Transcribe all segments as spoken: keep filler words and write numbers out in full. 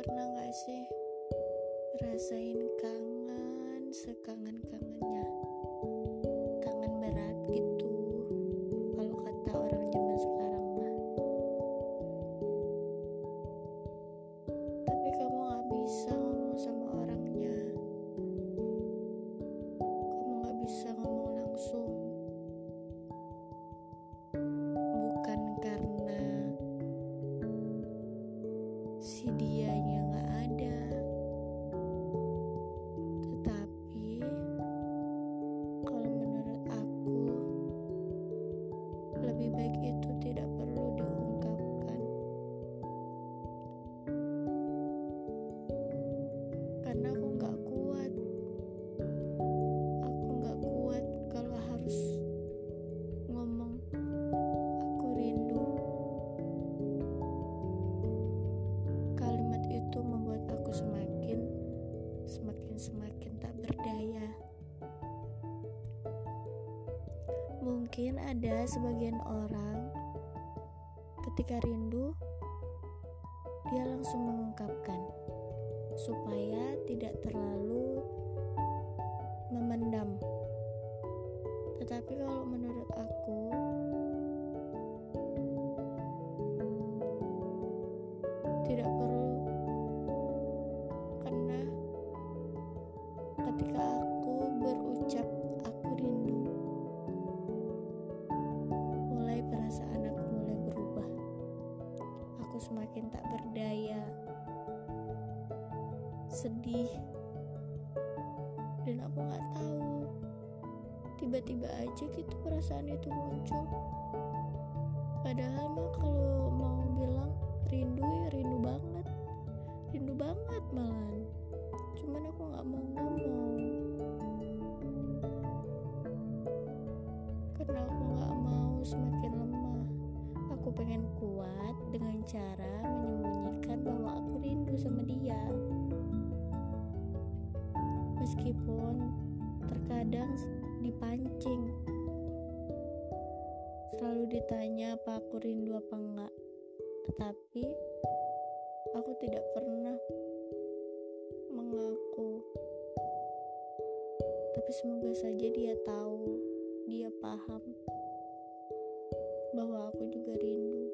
Pernah gak sih rasain kangen sekangen-kangennya, kangen berat gitu kalau kata orang zaman sekarang mah. Tapi kamu gak bisa ngomong sama orangnya, kamu gak bisa ngomong langsung. Bukan karena si dianya gak ada, tetapi kalau menurut aku lebih baik itu tidak perlu diungkapkan, karena aku gak kuat aku gak kuat kalau harus ngomong aku rindu. Kalimat itu membuat aku semakin semakin semakin tak berdaya. Mungkin ada sebagian orang ketika rindu dia langsung mengungkapkan supaya tidak terlalu memendam. Tetapi kalau menurut aku tidak perlu, karena ketika aku berucap aku rindu, mulai perasaan aku mulai berubah. Aku semakin tak berdaya, sedih, dan aku gak tahu, tiba-tiba aja gitu perasaan itu muncul. Padahal mah kalau mau bilang rindu ya rindu banget, rindu banget malahan. Cuman aku gak mau ngomong, karena aku gak mau semakin lemah. Aku pengen kuat dengan cara menyembunyikan bahwa aku rindu sama dia. Meskipun terkadang dipancing, selalu ditanya apa aku rindu apa enggak, tetapi aku tidak pernah mengaku. Tapi semoga saja dia tahu, dia paham bahwa aku juga rindu.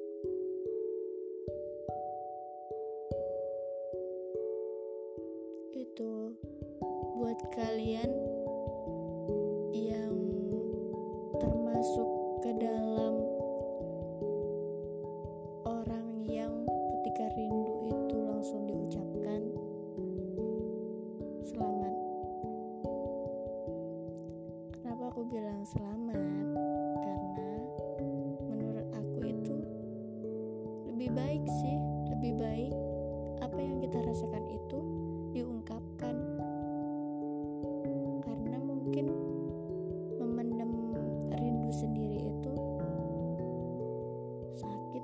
Itu buat kalian yang termasuk ke dalam orang yang ketika rindu itu langsung diucapkan, selamat. Kenapa aku bilang selamat? Karena menurut aku itu lebih baik sih, lebih baik apa yang kita rasakan itu diungkapkan. Karena mungkin memendam rindu sendiri itu sakit.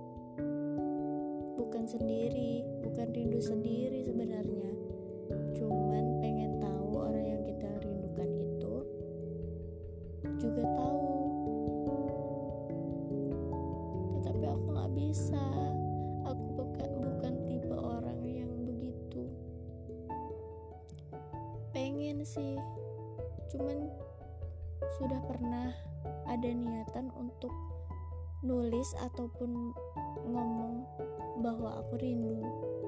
Bukan sendiri, bukan rindu sendiri sebenarnya. Cuman pengen tahu orang yang kita rindukan itu juga tahu. Tetapi aku gak bisa. Aku bukan, bukan tipe orang yang begitu. Pengen sih, cuman sudah pernah ada niatan untuk nulis ataupun ngomong bahwa aku rindu.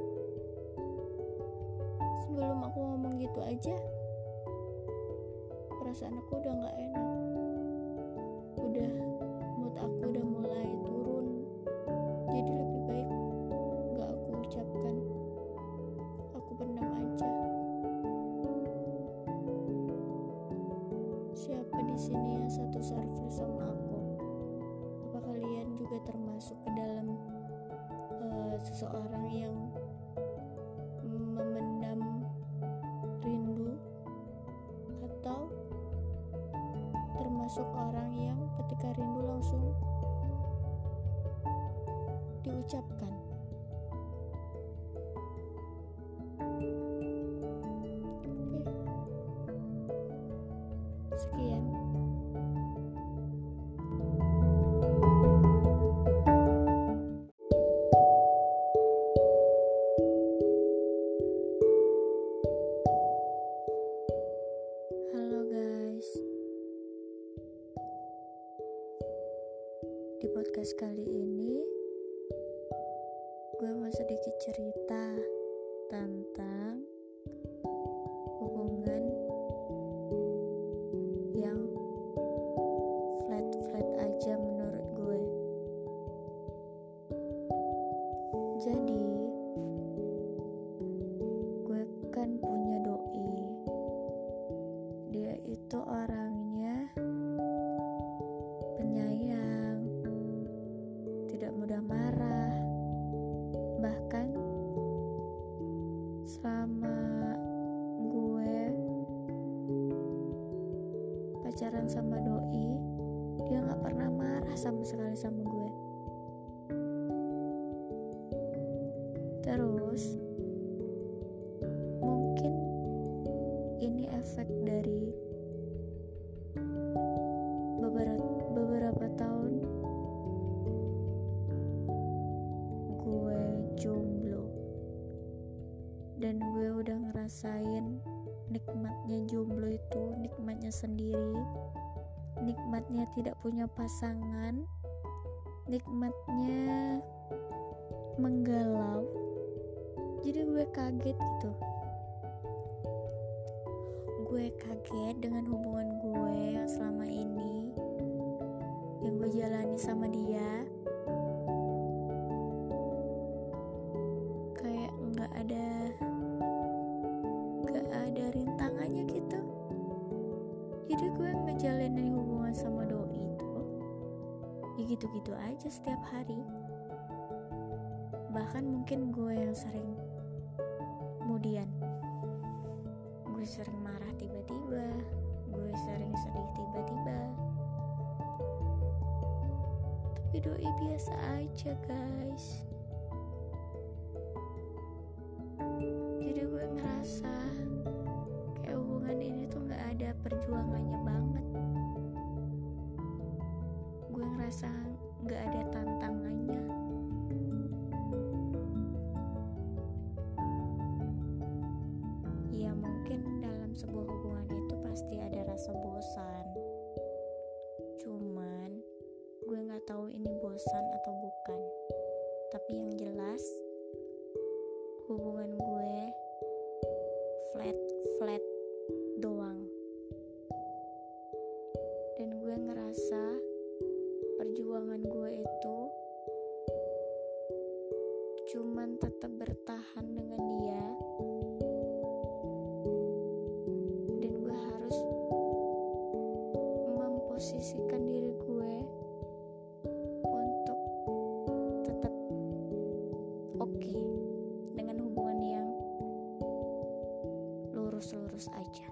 Sebelum aku ngomong gitu aja, perasaan aku udah gak enak, udah mood aku udah mulai turun. Jadi lebih baik gak aku ucapkan, aku pendam aja. Siapa di sini yang satu server sama aku? Apa kalian juga termasuk ke dalam uh, seseorang yang memendam rindu, atau termasuk orang yang ketika rindu langsung diucapkan? Oke, sekian. podcast kali ini gue mau sedikit cerita tentang hubungan yang flat-flat aja menurut gue. Jadi gue kan punya doi. Dia itu orangnya penyayang, tidak mudah marah. Bahkan selama gue pacaran sama doi, dia gak pernah marah sama sekali sama gue. Terus mungkin ini efek dari beberapa beberapa tahun gue jomblo, dan gue udah ngerasain nikmatnya jomblo itu, nikmatnya sendiri, nikmatnya tidak punya pasangan, nikmatnya menggalau. Jadi gue kaget gitu. Gue kaget dengan hubungan gue yang selama ini yang gue jalani sama dia. Kayak gak ada Gak ada rintangannya gitu. Jadi gue ngejalanin hubungan sama doi itu ya gitu-gitu aja setiap hari. Bahkan mungkin gue yang sering kemudian gue sering marah tiba-tiba, gue sering sedih tiba-tiba. Tapi doi biasa aja guys. Jadi gue ngerasa kayak hubungan ini tuh gak ada perjuangannya banget. Gue ngerasa gak ada tantangannya. Ya mungkin dalam sebuah hubungan itu pasti ada rasa bosan. Cuman gue gak tahu ini bosan atau bukan. Tapi yang jelas hubungan gue flat-flat doang. Dan gue ngerasa perjuangan gue itu cuman tetap bertahan dengan dia. Dan gue harus memposisikan diri gue untuk tetap oke okay dengan hubungan yang lurus-lurus aja.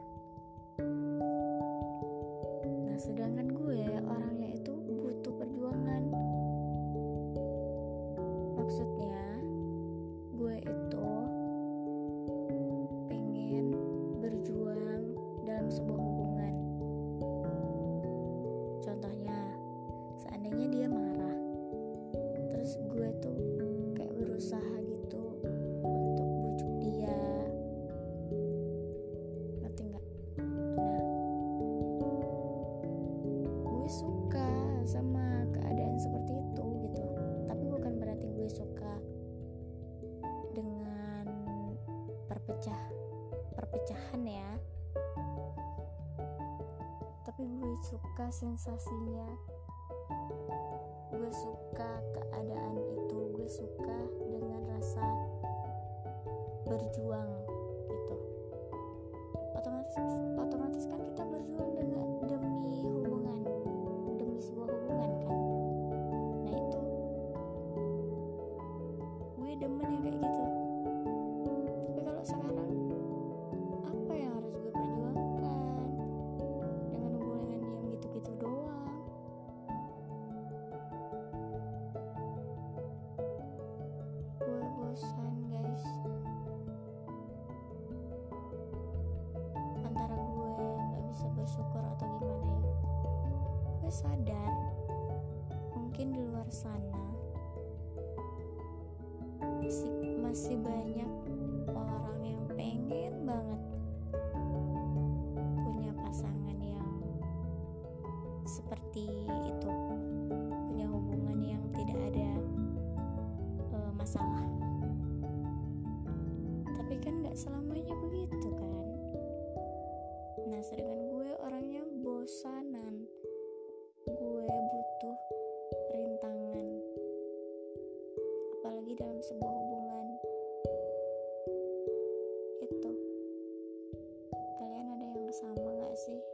Nah, sedangkan gue orangnya itu butuh perjuangan. Maksudnya gue itu pengen berjuang dalam sebuah hubungan. Contohnya, seandainya dia marah, terus gue tuh kayak berusaha gitu untuk bujuk dia, ngerti nggak? Nah, gue suka sama keadaan seperti itu gitu. Tapi bukan berarti gue suka dengan perpecah perpecahan ya. Tapi gue suka sensasinya. Gue suka keadaan itu. Gue suka dengan rasa berjuang gitu. Otomatis otomatis kan kita berjuang dengan demi hubungan, demi sebuah hubungan kan. Nah itu gue demen yang kayak gitu. Tapi kalau sekarang, apa yang harus gue perjuangkan dengan hubungan yang gitu-gitu doang? Gue bosan guys. Antara gue gak bisa bersyukur atau gimana ya. Gue sadar mungkin di luar sana masih, masih banyak orang yang pengen banget punya pasangan yang seperti itu, punya hubungan yang Tapi kan gak selamanya begitu kan. Nah sedangkan gue orangnya bosanan, gue butuh rintangan, apalagi dalam sebuah hubungan. Itu kalian ada yang sama gak sih?